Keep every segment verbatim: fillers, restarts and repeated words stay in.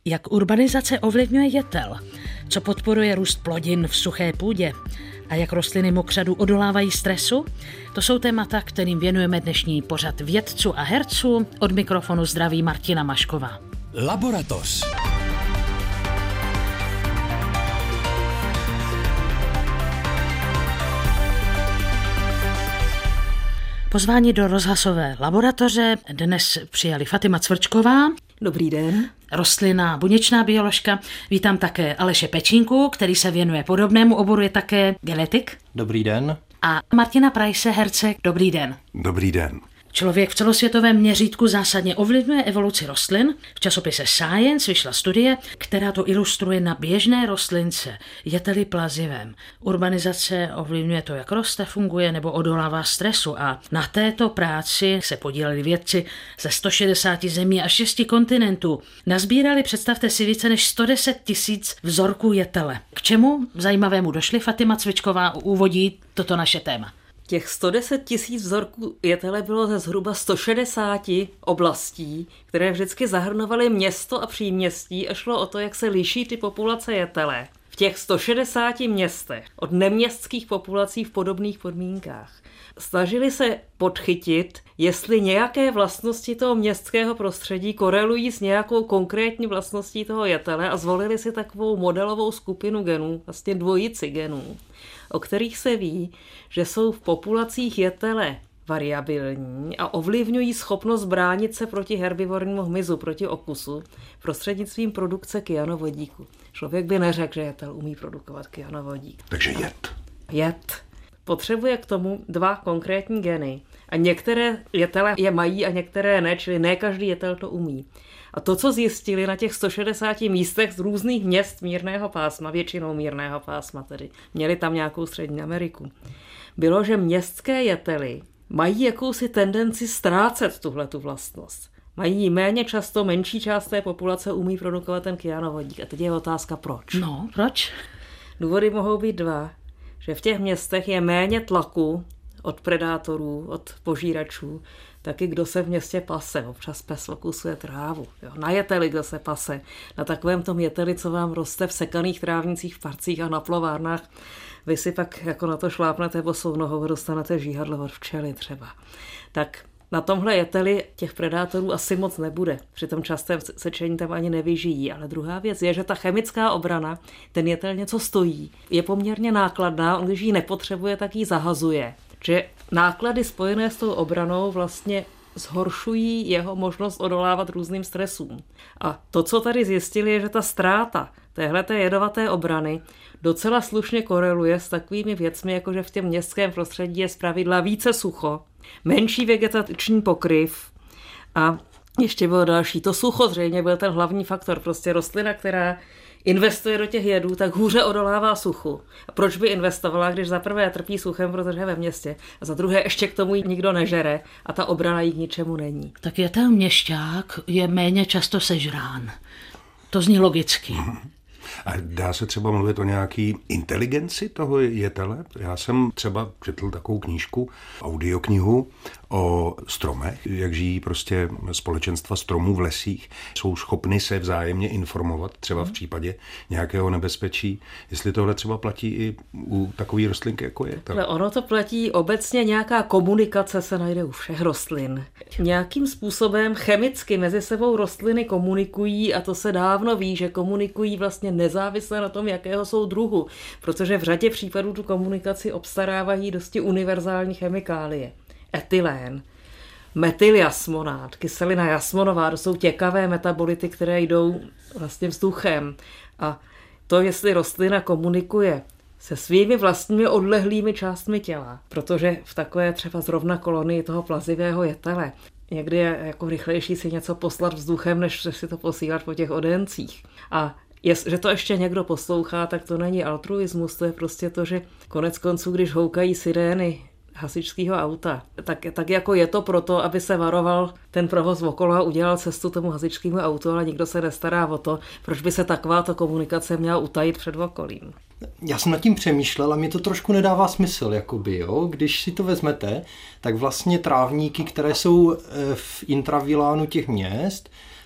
Jak urbanizace ovlivňuje jetel, co podporuje růst plodin v suché půdě a jak rostliny mokřadu odolávají stresu, to jsou témata, kterým věnujeme dnešní pořad vědců a herců. Od mikrofonu zdraví Martina Mašková. Laboratoř. Pozvání do rozhlasové laboratoře dnes přijali Fatima Cvrčková. Dobrý den. Rostlina, buněčná bioložka. Vítám také Aleše Pečínku, který se věnuje podobnému oboru, je také genetik. Dobrý den. A Martina Prajse, herce. Dobrý den. Dobrý den. Člověk v celosvětovém měřítku zásadně ovlivňuje evoluci rostlin. V časopise Science vyšla studie, která to ilustruje na běžné rostlince, jeteli plazivem. Urbanizace ovlivňuje to, jak roste, funguje nebo odolává stresu, a na této práci se podíleli vědci ze sto šedesáti zemí a šesti kontinentů. Nazbírali, představte si, více než sto deset tisíc vzorků jetele. K čemu zajímavému došli? Fatima Cvičková úvodí toto naše téma. Těch sto deset tisíc vzorků jetele bylo ze zhruba sto šedesáti oblastí, které vždycky zahrnovaly město a příměstí, a šlo o to, jak se liší ty populace jetele v těch sto šedesáti městech od neměstských populací v podobných podmínkách. Snažili se podchytit, jestli nějaké vlastnosti toho městského prostředí korelují s nějakou konkrétní vlastností toho jetele, a zvolili si takovou modelovou skupinu genů, vlastně dvojici genů, o kterých se ví, že jsou v populacích jetele variabilní a ovlivňují schopnost bránit se proti herbivornímu hmyzu, proti okusu, prostřednictvím produkce kyanovodíku. Člověk by neřekl, že jetel umí produkovat kyanovodík. Takže jed. Jed. Potřebuje k tomu dva konkrétní geny. A některé jetele je mají a některé ne, čili ne každý jetel to umí. A to, co zjistili na těch sto šedesáti místech z různých měst mírného pásma, většinou mírného pásma tedy, měli tam nějakou Střední Ameriku, bylo, že městské jetely mají jakousi tendenci ztrácet tuhletu vlastnost. Mají méně často, menší část té populace umí produkovat ten kyanovodík. A teď je otázka, proč? No, proč? Důvody mohou být dva. Že v těch městech je méně tlaku od predátorů, od požíračů, taky kdo se v městě pase. Občas pes okusuje trávu. Jo. Na jeteli, kdo se pase. Na takovém tom jeteli, co vám roste v sekaných trávnicích, v parcích a na plovárnách, vy si pak jako na to šlápnete bosou nohou, dostanete žíhadlo od včely třeba. Tak na tomhle jeteli těch predátorů asi moc nebude. Při tom častém sečení tam ani nevyžijí. Ale druhá věc je, že ta chemická obrana, ten jetel něco stojí, je poměrně nákladná, on když ji nepotřebuje, tak ji zahazuje. Že náklady spojené s tou obranou vlastně zhoršují jeho možnost odolávat různým stresům. A to, co tady zjistili, je, že ta ztráta téhleté jedovaté obrany docela slušně koreluje s takovými věcmi, jako že v těm městském prostředí je zpravidla více sucho, menší vegetační pokryv a ještě bylo další. To sucho zřejmě byl ten hlavní faktor. Prostě rostlina, která investuje do těch jedů, tak hůře odolává suchu. A proč by investovala, když za prvé trpí suchem, protože je ve městě, a za druhé ještě k tomu nikdo nežere a ta obrana jí k ničemu není. Tak jetel měšťák je méně často sežrán. To zní logicky. A dá se třeba mluvit o nějaký inteligenci toho jetele? Já jsem třeba četl takovou knížku, audioknihu o stromech, jak žijí prostě společenstva stromů v lesích. Jsou schopny se vzájemně informovat, třeba v případě nějakého nebezpečí. Jestli tohle třeba platí i u takové rostlinky, jako je to. Ono to platí obecně, nějaká komunikace se najde u všech rostlin. Nějakým způsobem chemicky mezi sebou rostliny komunikují, a to se dávno ví, že komunikují vlastně nezávisle na tom, jakého jsou druhu, protože v řadě případů tu komunikaci obstarávají dosti univerzální chemikálie. Etylén, metyljasmonát, kyselina jasmonová, to jsou těkavé metabolity, které jdou vlastně vzduchem. A to, jestli rostlina komunikuje se svými vlastními odlehlými částmi těla, protože v takové třeba zrovna kolonii toho plazivého jetele někdy je jako rychlejší si něco poslat vzduchem, než si to posílat po těch odencích. A jest, že to ještě někdo poslouchá, tak to není altruismus, to je prostě to, že konec konců, když houkají sirény hasičského auta, tak, tak jako je to proto, aby se varoval ten provoz okolo a udělal cestu tomu hasičskému autu, ale nikdo se nestará o to, proč by se takováto komunikace měla utajit před okolím. Já jsem nad tím přemýšlel a mi to trošku nedává smysl, jakoby, jo? Když si to vezmete, tak vlastně trávníky, které jsou v intravilánu těch měst,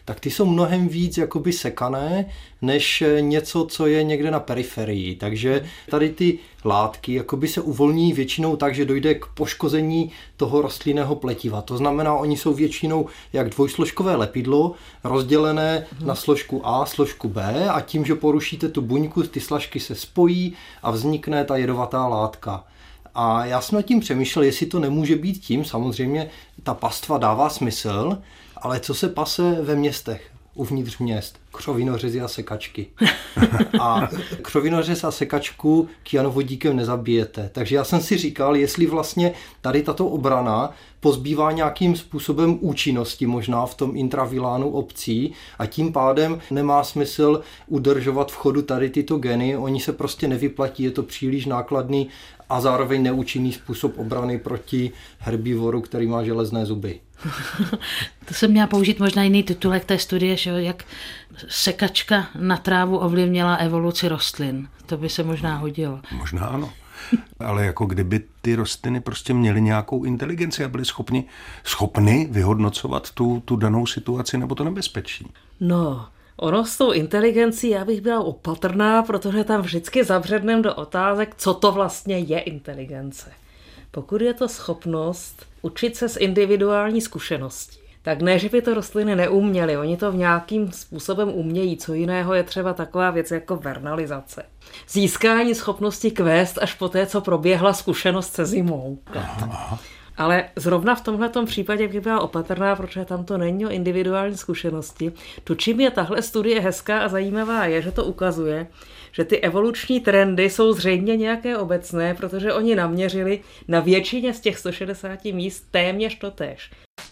tak ty jsou mnohem víc jakoby sekané, než něco, co je někde na periferii. Takže tady ty látky jakoby se uvolní většinou tak, že dojde k poškození toho rostlinného pletiva. To znamená, oni jsou většinou jak dvojsložkové lepidlo, rozdělené na složku A, složku B a tím, že porušíte tu buňku, ty slažky se spojí a vznikne ta jedovatá látka. A já jsem nad tím přemýšlel, jestli to nemůže být tím, samozřejmě ta pastva dává smysl, ale co se pase ve městech, uvnitř měst? Křovinořezy a sekačky. A křovinořez a sekačku kyanovodíkem nezabijete. Takže já jsem si říkal, jestli vlastně tady tato obrana pozbývá nějakým způsobem účinnosti možná v tom intravilánu obcí a tím pádem nemá smysl udržovat v chodu tady tyto geny, oni se prostě nevyplatí, je to příliš nákladný a zároveň neúčinný způsob obrany proti herbivoru, který má železné zuby. To jsem měla použít možná jiný titulek té studie, že jak sekačka na trávu ovlivnila evoluci rostlin. To by se možná hodilo. Možná ano. Ale jako kdyby ty rostliny prostě měly nějakou inteligenci a byly schopni, schopny vyhodnocovat tu, tu danou situaci nebo to nebezpečí. No, ono s tou inteligencí já bych byla opatrná, protože tam vždycky zabředneme do otázek, co to vlastně je inteligence. Pokud je to schopnost učit se z individuální zkušeností, tak ne, že by to rostliny neuměly, oni to v nějakým způsobem umějí, co jiného je třeba taková věc jako vernalizace. Získání schopnosti kvést až po té, co proběhla zkušenost se zimou. Aha. Ale zrovna v tomhletom případě bych byla opatrná, protože tam to není o individuální zkušenosti. To, čím je tahle studie hezká a zajímavá, je, že to ukazuje, že ty evoluční trendy jsou zřejmě nějaké obecné, protože oni naměřili na většině z těch sto šedesáti míst téměř totéž.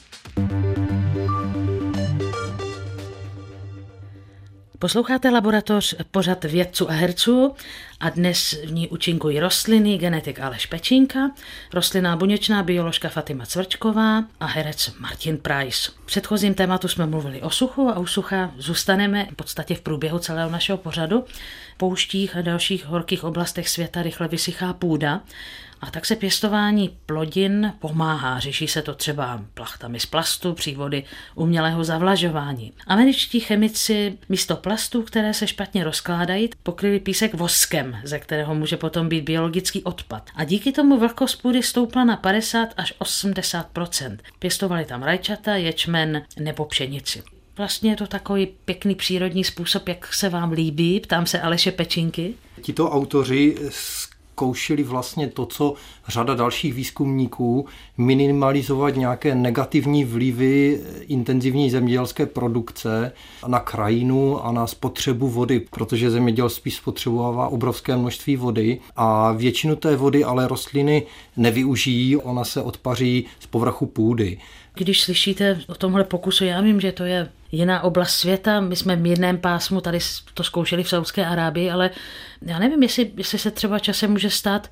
Posloucháte Laboratoř, pořad vědců a herců a dnes v ní účinkují rostliny, genetik Aleš Pečínka, rostlinná buněčná bioložka Fatima Cvrčková a herec Martin Preiss. V předchozím tématu jsme mluvili o suchu a u sucha zůstaneme v podstatě v průběhu celého našeho pořadu. V pouštích a dalších horkých oblastech světa rychle vysychá půda a tak se pěstování plodin pomáhá. Řeší se to třeba plachtami z plastu, přívody umělého zavlažování. Američtí chemici místo plastů, které se špatně rozkládají, pokryli písek voskem, ze kterého může potom být biologický odpad. A díky tomu vlhkost půdy stoupla na padesát až osmdesát procent. Pěstovali tam rajčata, ječmen nebo pšenici. Vlastně je to takový pěkný přírodní způsob, jak se vám líbí, ptám se Aleše Pečínky. Tito autoři zkoušeli vlastně to, co řada dalších výzkumníků, minimalizovat nějaké negativní vlivy intenzivní zemědělské produkce na krajinu a na spotřebu vody, protože zemědělství spotřebovává obrovské množství vody a většinu té vody ale rostliny nevyužijí, ona se odpaří z povrchu půdy. Když slyšíte o tomhle pokusu, já vím, že to je jiná oblast světa, my jsme v mírném pásmu, tady to zkoušeli v Saúdské Arábii, ale já nevím, jestli, jestli se třeba časem může stát,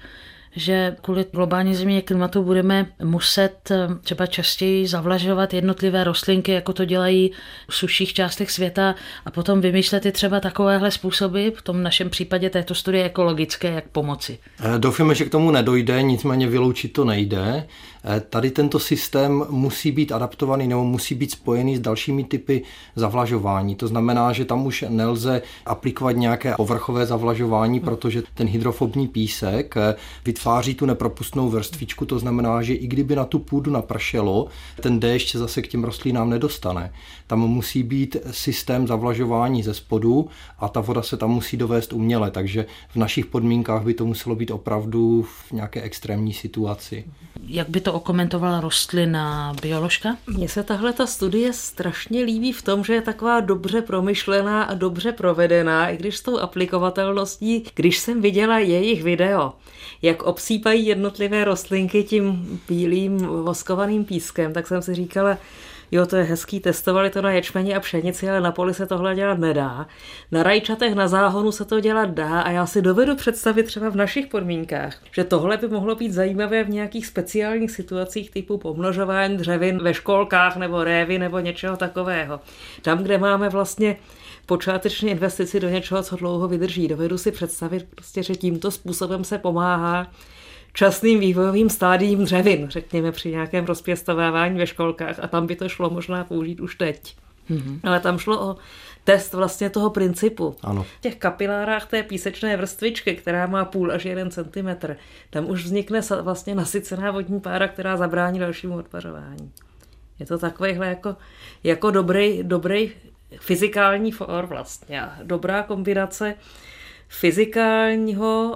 že kvůli globální změně klimatu budeme muset třeba častěji zavlažovat jednotlivé rostlinky, jako to dělají v suších částech světa a potom vymýšlet i třeba takovéhle způsoby, v tom našem případě této studie ekologické, jak pomoci. Doufáme, že k tomu nedojde, nicméně vyloučit to nejde. Tady tento systém musí být adaptovaný nebo musí být spojený s dalšími typy zavlažování. To znamená, že tam už nelze aplikovat nějaké povrchové zavlažování, protože ten hydrofobní písek vytváří tu nepropustnou vrstvičku, to znamená, že i kdyby na tu půdu napršelo, ten déšť zase k těm rostlinám nedostane. Tam musí být systém zavlažování ze spodu a ta voda se tam musí dovést uměle, takže v našich podmínkách by to muselo být opravdu v nějaké extrémní situaci. Jak by to okomentovala rostlinná bioložka? Mně se tahle ta studie strašně líbí v tom, že je taková dobře promyšlená a dobře provedená, i když s tou aplikovatelností, když jsem viděla jejich video, jak obsýpají jednotlivé rostlinky tím bílým voskovaným pískem, tak jsem si říkala, jo, to je hezký, testovali to na ječmeni a pšenici, ale na poli se tohle dělat nedá. Na rajčatech na záhonu se to dělat dá a já si dovedu představit třeba v našich podmínkách, že tohle by mohlo být zajímavé v nějakých speciálních situacích typu pomnožování dřevin ve školkách nebo révy nebo něčeho takového. Tam, kde máme vlastně počáteční investici do něčeho, co dlouho vydrží. Dovedu si představit, prostě, že tímto způsobem se pomáhá časným vývojovým stádiím dřevin, řekněme při nějakém rozpěstovávání ve školkách a tam by to šlo možná použít už teď. Mm-hmm. Ale tam šlo o test vlastně toho principu. Ano. V těch kapilárách té písečné vrstvičky, která má půl až jeden centimetr, tam už vznikne vlastně nasycená vodní pára, která zabrání dalšímu odpařování. Je to takovýhle jako, jako dobrý, dobrý fyzikální for vlastně. Dobrá kombinace fyzikálního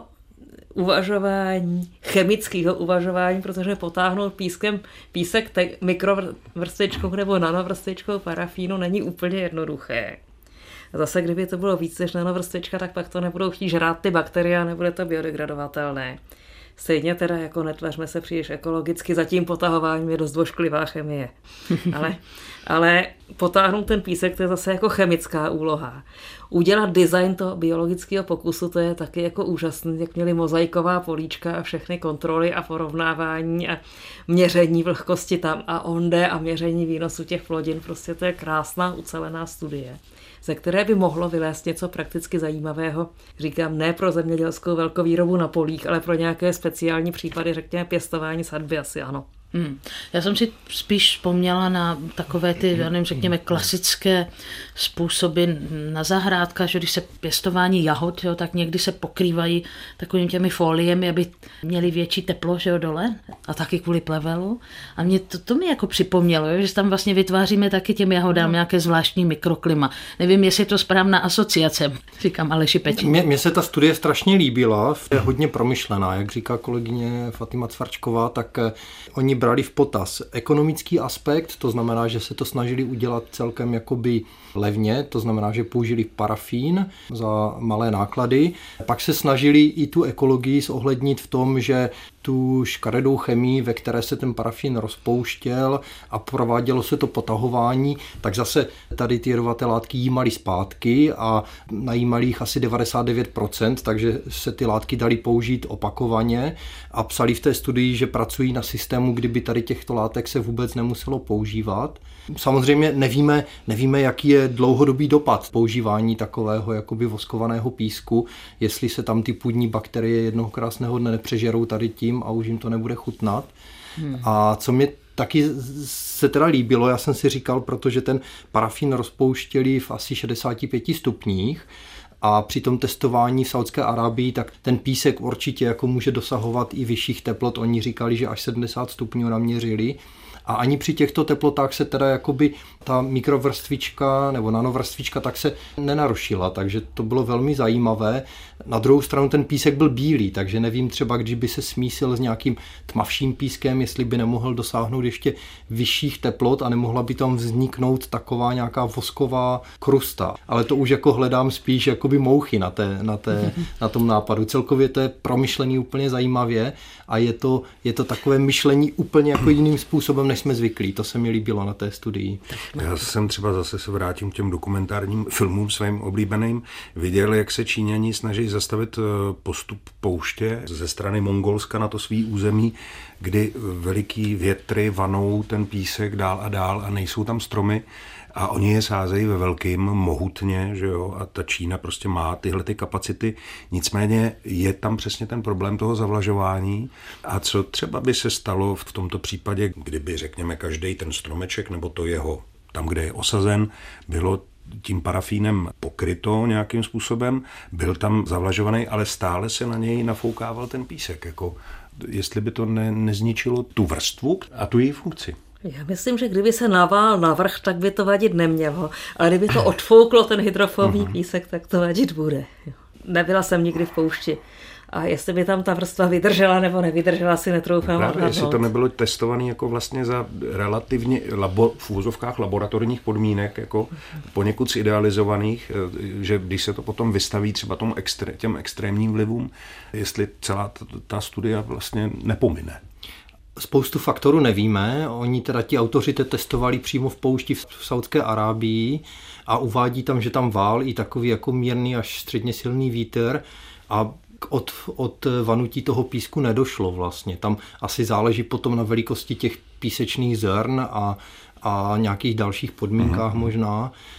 uvažování, chemického uvažování, protože potáhnout pískem písek te- mikrovrstvičkou nebo nanovrstvičkou parafínu není úplně jednoduché. A zase, kdyby to bylo víc než nanovrstvička, tak pak to nebudou chtít žrát ty bakterie a nebude to biodegradovatelné. Stejně teda jako netvařme se příliš ekologicky, za tím potahováním je dost ošklivá chemie. Ale, ale potáhnout ten písek, to je zase jako chemická úloha. Udělat design toho biologického pokusu, to je taky jako úžasný, jak měli mozaiková políčka a všechny kontroly a porovnávání a měření vlhkosti tam a onde a měření výnosu těch plodin. Prostě to je krásná ucelená studie, ze které by mohlo vylézt něco prakticky zajímavého. Říkám, ne pro zemědělskou velkovýrobu na polích, ale pro nějaké speciální případy, řekněme pěstování sadby asi ano. Hmm. Já jsem si spíš vzpomněla na takové ty, já nevím, řekněme, klasické způsoby na zahrádkách, že když se pěstování jahod, jo, tak někdy se pokrývají takovými těmi foliemi, aby měli větší teplo, že jo, dole, a taky kvůli plevelu. A mě to, to mi jako připomnělo, jo, že tam vlastně vytváříme taky těm jahodám nějaké zvláštní mikroklima. Nevím, jestli je to správná asociace, říkám Aleši Peči. Mně, mně se ta studie strašně líbila, je hodně promyšlená, jak říká kolegyně Fatima Cvarčková, tak oni brali v potaz ekonomický aspekt, to znamená, že se to snažili udělat celkem jakoby levně, to znamená, že použili parafín za malé náklady. Pak se snažili i tu ekologii zohlednit v tom, že tu škaredou chemii, ve které se ten parafín rozpouštěl a provádělo se to potahování, tak zase tady ty jedovaté látky jímaly zpátky a najímali jich asi devadesát devět procent, takže se ty látky daly použít opakovaně a psali v té studii, že pracují na systému, kdyby tady těchto látek se vůbec nemuselo používat. Samozřejmě nevíme, nevíme, jaký je dlouhodobý dopad používání takového jakoby voskovaného písku, jestli se tam ty půdní bakterie jednoho krásného dne nepřežerou tady tím a už jim to nebude chutnat. Hmm. A co mě taky se teda líbilo, já jsem si říkal, protože ten parafín rozpouštěli v asi šedesáti pěti stupních, a při tom testování v Saudské Arábii, tak ten písek určitě jako může dosahovat i vyšších teplot. Oni říkali, že až sedmdesát stupňů naměřili. A ani při těchto teplotách se teda jakoby ta mikrovrstvička nebo nanovrstvička tak se nenarušila, takže to bylo velmi zajímavé. Na druhou stranu ten písek byl bílý, takže nevím třeba, když by se smísil s nějakým tmavším pískem, jestli by nemohl dosáhnout ještě vyšších teplot a nemohla by tam vzniknout taková nějaká vosková krusta. Ale to už jako hledám spíš jakoby mouchy na, té, na, té, na tom nápadu. Celkově to je promyšlený úplně zajímavě a je to, je to takové myšlení úplně jako jiným způsobem, než jsme zvyklí. To se mi líbilo na té studii. Já jsem třeba zase se vrátím k těm dokumentárním filmům svým oblíbeným. Viděl, jak se Číňani snaží zastavit postup pouště ze strany Mongolska na to svý území, kdy veliký větry vanou ten písek dál a dál a nejsou tam stromy a oni je sázejí ve velkým, mohutně, že jo, a ta Čína prostě má tyhle ty kapacity. Nicméně je tam přesně ten problém toho zavlažování. A co třeba by se stalo v tomto případě, kdyby, řekněme, každý ten stromeček nebo to jeho, tam, kde je osazen, bylo tím parafínem pokryto nějakým způsobem, byl tam zavlažovaný, ale stále se na něj nafoukával ten písek, jako jestli by to ne, nezničilo tu vrstvu a tu její funkci. Já myslím, že kdyby se navál navrch, tak by to vadit nemělo, ale kdyby to odfouklo ten hydrofobní uh-huh. písek, tak to vadit bude. Nebyla jsem nikdy v poušti. A jestli by tam ta vrstva vydržela nebo nevydržela, si netroufám odhadnout. Jestli to nebylo testované jako vlastně za relativně labo, v úvozovkách laboratorních podmínek, jako poněkud zidealizovaných, že když se to potom vystaví třeba tomu extré, těm extrémním vlivům, jestli celá ta, ta studia vlastně nepomine. Spoustu faktorů nevíme, oni teda ti autoři te testovali přímo v poušti v Saudské Arábii a uvádí tam, že tam vál i takový jako mírný až středně silný vítr a od, od vanutí toho písku nedošlo vlastně. Tam asi záleží potom na velikosti těch písečných zrn a, a nějakých dalších podmínkách mm. možná.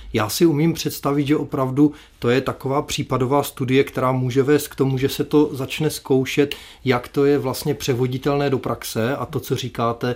Já si umím představit, že opravdu to je taková případová studie, která může vést k tomu, že se to začne zkoušet, jak to je vlastně převoditelné do praxe a to, co říkáte,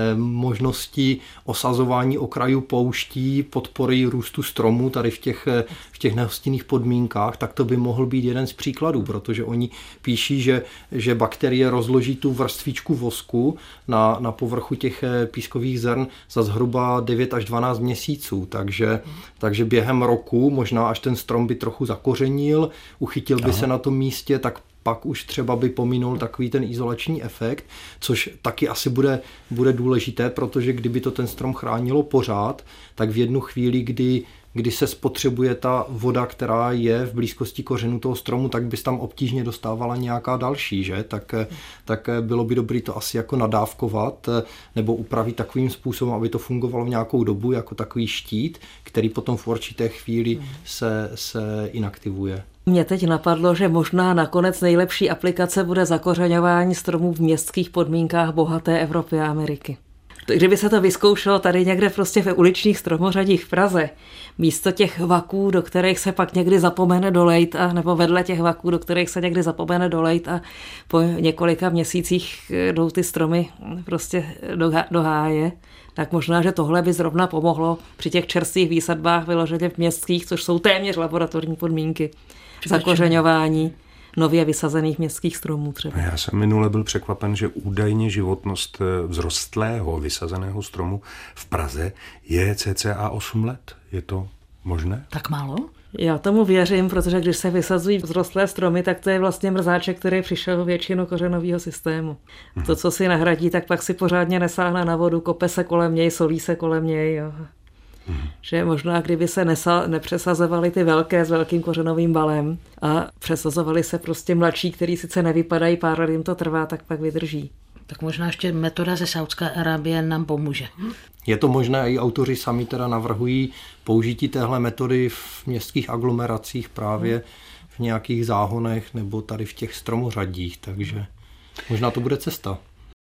možnosti osazování okrajů pouští, podpory růstu stromů tady v těch, v těch nehostinných podmínkách, tak to by mohl být jeden z příkladů, protože oni píší, že, že bakterie rozloží tu vrstvičku vosku na, na povrchu těch pískových zrn za zhruba devět až dvanáct měsíců, takže, takže během roku, možná až ten strom by trochu zakořenil, uchytil by Aha. se na tom místě, tak pak už třeba by pominul takový ten izolační efekt, což taky asi bude, bude důležité, protože kdyby to ten strom chránilo pořád, tak v jednu chvíli, kdy, kdy se spotřebuje ta voda, která je v blízkosti kořenů toho stromu, tak bys tam obtížně dostávala nějaká další, že? Tak, tak bylo by dobré to asi jako nadávkovat nebo upravit takovým způsobem, aby to fungovalo v nějakou dobu jako takový štít, který potom v určité chvíli se, se inaktivuje. Mě teď napadlo, že možná nakonec nejlepší aplikace bude zakořeňování stromů v městských podmínkách bohaté Evropy a Ameriky. Kdyby se to vyzkoušelo tady někde prostě ve uličních stromořadích v Praze, místo těch vaků, do kterých se pak někdy zapomene dolejt, a nebo vedle těch vaků, do kterých se někdy zapomene dolejt a po několika měsících jdou ty stromy prostě do, do háje, tak možná, že tohle by zrovna pomohlo při těch čerstvých výsadbách vyloženě v městských, což jsou téměř laboratorní podmínky, zakořeňování nově vysazených městských stromů třeba. Já jsem minule byl překvapen, že údajně životnost vzrostlého vysazeného stromu v Praze je cca osm let. Je to možné? Tak málo? Já tomu věřím, protože když se vysazují vzrostlé stromy, tak to je vlastně mrzáček, který přišel většinu kořenového systému. Hmm. To, co si nahradí, tak pak si pořádně nesáhne na vodu, kope se kolem něj, solí se kolem něj. Jo. Hmm. Že možná, kdyby se nesa, nepřesazovaly ty velké s velkým kořenovým balem a přesazovaly se prostě mladší, který sice nevypadají, pár let jim to trvá, tak pak vydrží. Tak možná ještě metoda ze Saúdské Arábie nám pomůže. Je to možné, i autoři sami teda navrhují použití téhle metody v městských aglomeracích právě v nějakých záhonech nebo tady v těch stromořadích, takže možná to bude cesta.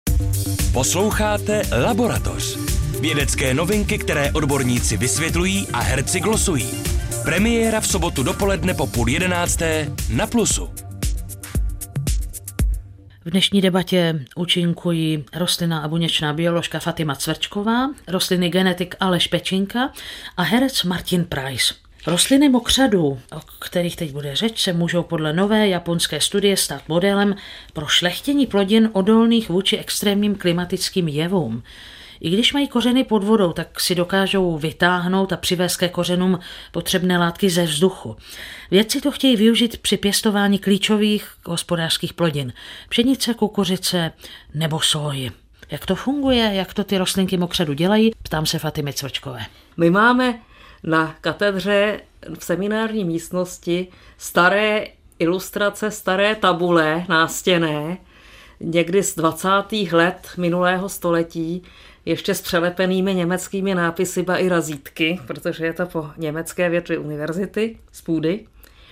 Posloucháte Laboratoř. Vědecké novinky, které odborníci vysvětlují a herci glosují. Premiéra v sobotu dopoledne po půl jedenácté na Plusu. V dnešní debatě účinkují rostlinná a buněčná bioložka Fatima Cvrčková, rostlinný genetik Aleš Pečinka a herec Martin Price. Rostliny mokřadů, o kterých teď bude řeč, se můžou podle nové japonské studie stát modelem pro šlechtění plodin odolných vůči extrémním klimatickým jevům. I když mají kořeny pod vodou, tak si dokážou vytáhnout a přivést ke kořenům potřebné látky ze vzduchu. Vědci to chtějí využít při pěstování klíčových hospodářských plodin. Pšenice, kukuřice nebo sóji. Jak to funguje, jak to ty rostlinky mokřadu dělají, ptám se Fatimy Cvrčkové. My máme na katedře v seminární místnosti staré ilustrace, staré tabule nástěnné, někdy z dvacátých let minulého století, ještě s přelepenými německými nápisy, ba i razítky, protože je to po německé větvi univerzity z půdy.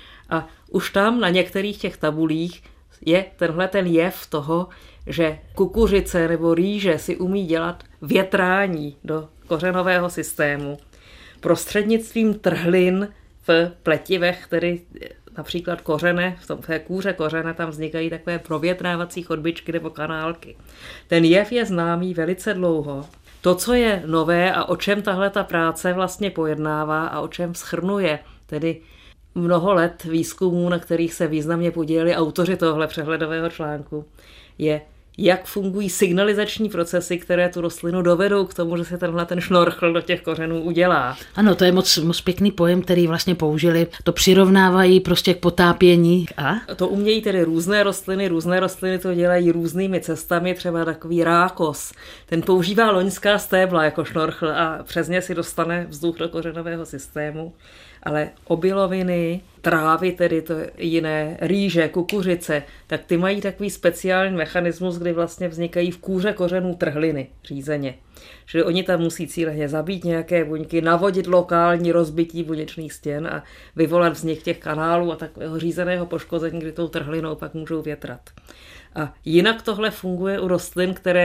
A už tam na některých těch tabulích je tenhle ten jev toho, že kukuřice nebo rýže si umí dělat větrání do kořenového systému prostřednictvím trhlin v pletivech, tedy například kořene, v tom v té kůře kořene tam vznikají takové provětrávací chodbičky nebo kanálky. Ten jev je známý velice dlouho. To, co je nové a o čem tahle ta práce vlastně pojednává a o čem shrnuje, tedy mnoho let výzkumů, na kterých se významně podíleli autoři tohle přehledového článku, je, jak fungují signalizační procesy, které tu rostlinu dovedou k tomu, že se tenhle ten šnorchl do těch kořenů udělá. Ano, to je moc, moc pěkný pojem, který vlastně použili. To přirovnávají prostě k potápění. A? To umějí tedy různé rostliny, různé rostliny to dělají různými cestami, třeba takový rákos. Ten používá loňská stébla jako šnorchl a přes ně si dostane vzduch do kořenového systému. Ale obiloviny, trávy, tedy to jiné, rýže, kukuřice, tak ty mají takový speciální mechanismus, kdy vlastně vznikají v kůře kořenů trhliny řízeně. Čili oni tam musí cíleně zabít nějaké buňky, navodit lokální rozbití buněčných stěn a vyvolat vznik těch kanálů a takového řízeného poškození, kdy tou trhlinou pak můžou větrat. A jinak tohle funguje u rostlin, které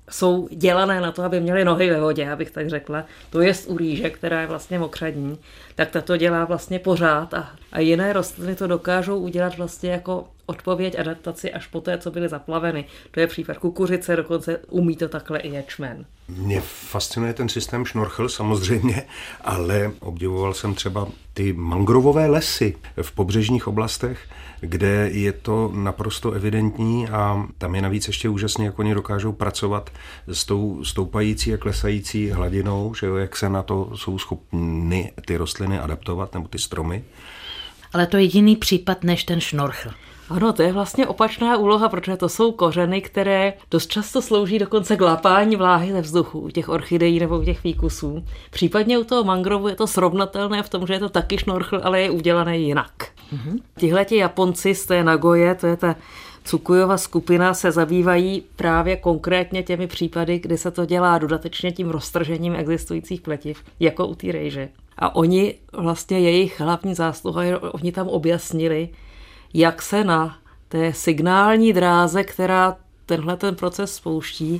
jsou dělané na to, aby měly nohy ve vodě, abych tak řekla. To je u rýže, která je vlastně mokřadní, tak ta to dělá vlastně pořád a, a jiné rostliny to dokážou udělat vlastně jako odpověď, adaptaci až po té, co byly zaplaveny. To je případ kukuřice, dokonce umí to takhle i ječmen. Mě fascinuje ten systém šnorchl samozřejmě, ale obdivoval jsem třeba ty mangrovové lesy v pobřežních oblastech, kde je to naprosto evidentní a tam je navíc ještě úžasně, jak oni dokážou pracovat s tou stoupající a klesající hladinou, že jo, jak se na to jsou schopny ty rostliny adaptovat, nebo ty stromy. Ale to je jiný případ než ten šnorchl. Ano, to je vlastně opačná úloha, protože to jsou kořeny, které dost často slouží dokonce k lápání vláhy ze vzduchu u těch orchidejí nebo u těch fíkusů. Případně u toho mangrovu je to srovnatelné v tom, že je to taky šnorchl, ale je udělané jinak. Mm-hmm. Tihleti Japonci z té Nagoje, to je ta Tsukujova skupina, se zabývají právě konkrétně těmi případy, kdy se to dělá dodatečně tím roztržením existujících pletiv, jako u té rejže. A oni vlastně jejich hlavní zásluha, oni tam objasnili, jak se na té signální dráze, která tenhle ten proces spouští,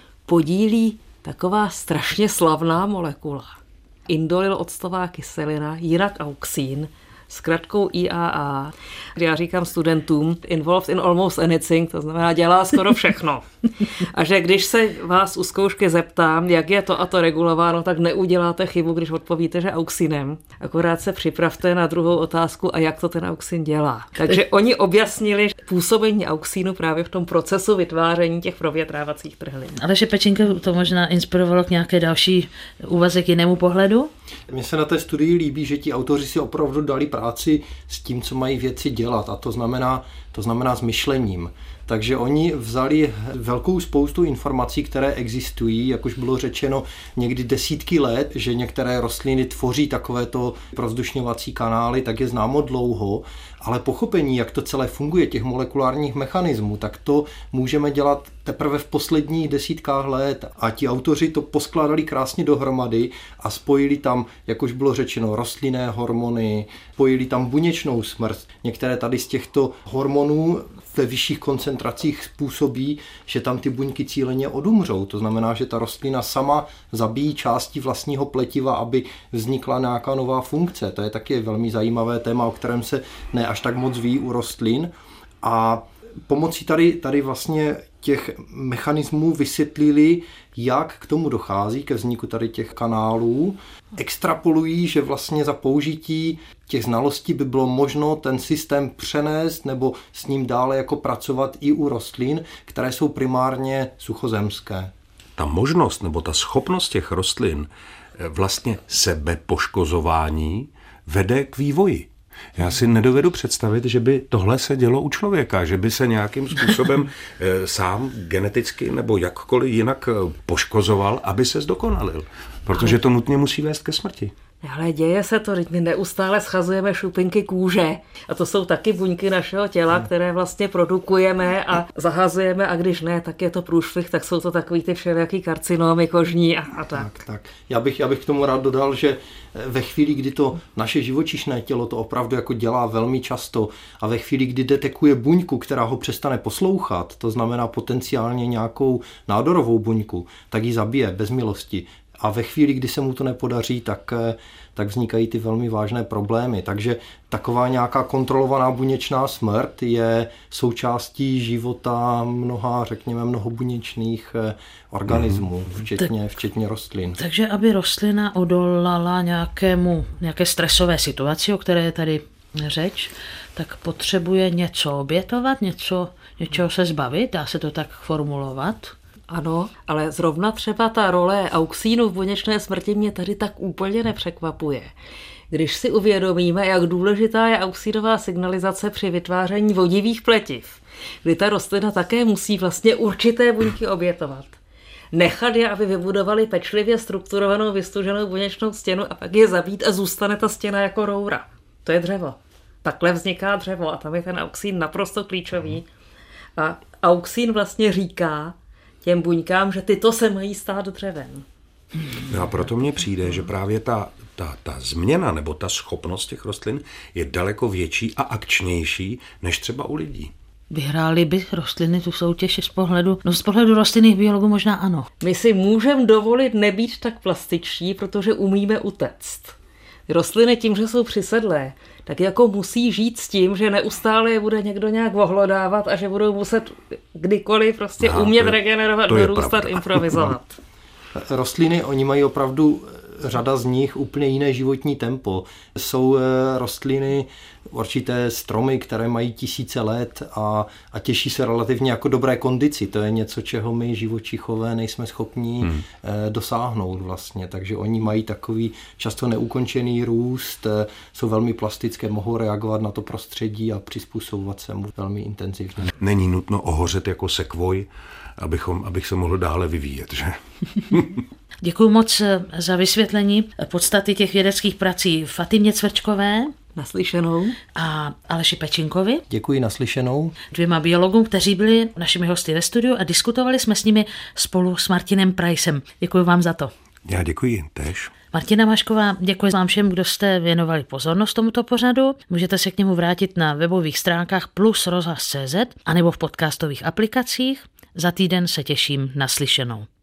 podílí taková strašně slavná molekula. Indolyl octová kyselina, jinak auxín, s kratkou I A A. Já říkám studentům, involved in almost anything, to znamená dělá skoro všechno. A že když se vás u zkoušky zeptám, jak je to a to regulováno, tak neuděláte chybu, když odpovíte, že auxinem. Akorát se připravte na druhou otázku a jak to ten auxin dělá. Takže oni objasnili působení auxínu právě v tom procesu vytváření těch provětrávacích trhlin. Ale že Pečinko to možná inspirovalo k nějaké další úvaze k jinému pohledu? Mně se na té studii líbí, že ti autoři si opravdu dali práci s tím, co mají věci dělat, a to znamená, to znamená s myšlením. Takže oni vzali velkou spoustu informací, které existují, jak už bylo řečeno, někdy desítky let, že některé rostliny tvoří takovéto provzdušňovací kanály, tak je známo dlouho, ale pochopení, jak to celé funguje, těch molekulárních mechanismů, tak to můžeme dělat teprve v posledních desítkách let. A ti autoři to poskládali krásně dohromady a spojili tam, jak už bylo řečeno, rostlinné hormony, spojili tam buněčnou smrt. Některé tady z těchto hormonů ve vyšších koncentracích způsobí, že tam ty buňky cíleně odumřou. To znamená, že ta rostlina sama zabíjí části vlastního pletiva, aby vznikla nějaká nová funkce. To je taky velmi zajímavé téma, o kterém se ne až tak moc ví u rostlin. A pomocí tady, tady vlastně těch mechanismů vysvětlili, jak k tomu dochází, ke vzniku tady těch kanálů. Extrapolují, že vlastně za použití těch znalostí by bylo možno ten systém přenést nebo s ním dále jako pracovat i u rostlin, které jsou primárně suchozemské. Ta možnost nebo ta schopnost těch rostlin vlastně sebepoškozování vede k vývoji. Já si nedovedu představit, že by tohle se dělo u člověka, že by se nějakým způsobem e, sám geneticky nebo jakkoliv jinak poškozoval, aby se zdokonalil. Protože to nutně musí vést ke smrti. Ale děje se to, my neustále schazujeme šupinky kůže a to jsou taky buňky našeho těla, které vlastně produkujeme a zahazujeme a když ne, tak je to průšvih, tak jsou to takový ty všelijaký karcinomy kožní a, a tak. tak, tak. Já, bych, já bych k tomu rád dodal, že ve chvíli, kdy to naše živočišné tělo to opravdu jako dělá velmi často a ve chvíli, kdy detekuje buňku, která ho přestane poslouchat, to znamená potenciálně nějakou nádorovou buňku, tak ji zabije bez milosti. A ve chvíli, kdy se mu to nepodaří, tak, tak vznikají ty velmi vážné problémy. Takže taková nějaká kontrolovaná buněčná smrt je součástí života mnoha, řekněme, mnohobuněčných organismů, včetně, včetně rostlin. Takže aby rostlina odolala nějakému, nějaké stresové situaci, o které je tady řeč, tak potřebuje něco obětovat, něco, něčeho se zbavit, dá se to tak formulovat? Ano, ale zrovna třeba ta role auxínu v buněčné smrti mě tady tak úplně nepřekvapuje. Když si uvědomíme, jak důležitá je auxínová signalizace při vytváření vodivých pletiv, kdy ta rostlina také musí vlastně určité buňky obětovat. Nechat je, aby vybudovali pečlivě strukturovanou vystuženou buněčnou stěnu a pak je zabít a zůstane ta stěna jako roura. To je dřevo. Takhle vzniká dřevo a tam je ten auxín naprosto klíčový. A auxín vlastně říká těm buňkám, že tyto se mají stát dřevem. No a proto mně přijde, že právě ta, ta, ta změna nebo ta schopnost těch rostlin je daleko větší a akčnější než třeba u lidí. Vyhrály by rostliny tu soutěž z pohledu, no z pohledu rostlinných biologů možná ano. My si můžeme dovolit nebýt tak plastičtí, protože umíme utéct. Rostliny tím, že jsou přisedlé, tak jako musí žít s tím, že neustále je bude někdo nějak ohlodávat a že budou muset kdykoliv prostě Aha, umět to je, regenerovat, to dorůstat, improvizovat. Rostliny, oni mají opravdu, řada z nich, úplně jiné životní tempo. Jsou rostliny, určité stromy, které mají tisíce let a, a těší se relativně jako dobré kondici. To je něco, čeho my živočichové nejsme schopni hmm. dosáhnout vlastně. Takže oni mají takový často neukončený růst, jsou velmi plastické, mohou reagovat na to prostředí a přizpůsobovat se mu velmi intenzivně. Není nutno ohořet jako sekvoj, abychom, abych se mohl dále vyvíjet, že? Děkuji moc za vysvětlení podstaty těch vědeckých prací Fatimě Cvrčkové Naslyšenou. A Aleši Pečinkovi. Děkuji, naslyšenou. Dvěma biologům, kteří byli našimi hosty ve studiu a diskutovali jsme s nimi spolu s Martinem Praisem. Děkuji vám za to. Já děkuji, též. Martina Mašková, děkuji vám všem, kdo jste věnovali pozornost tomuto pořadu. Můžete se k němu vrátit na webových stránkách plus rozhlas tečka cé zet anebo v podcastových aplikacích. Za týden se těším na slyšenou.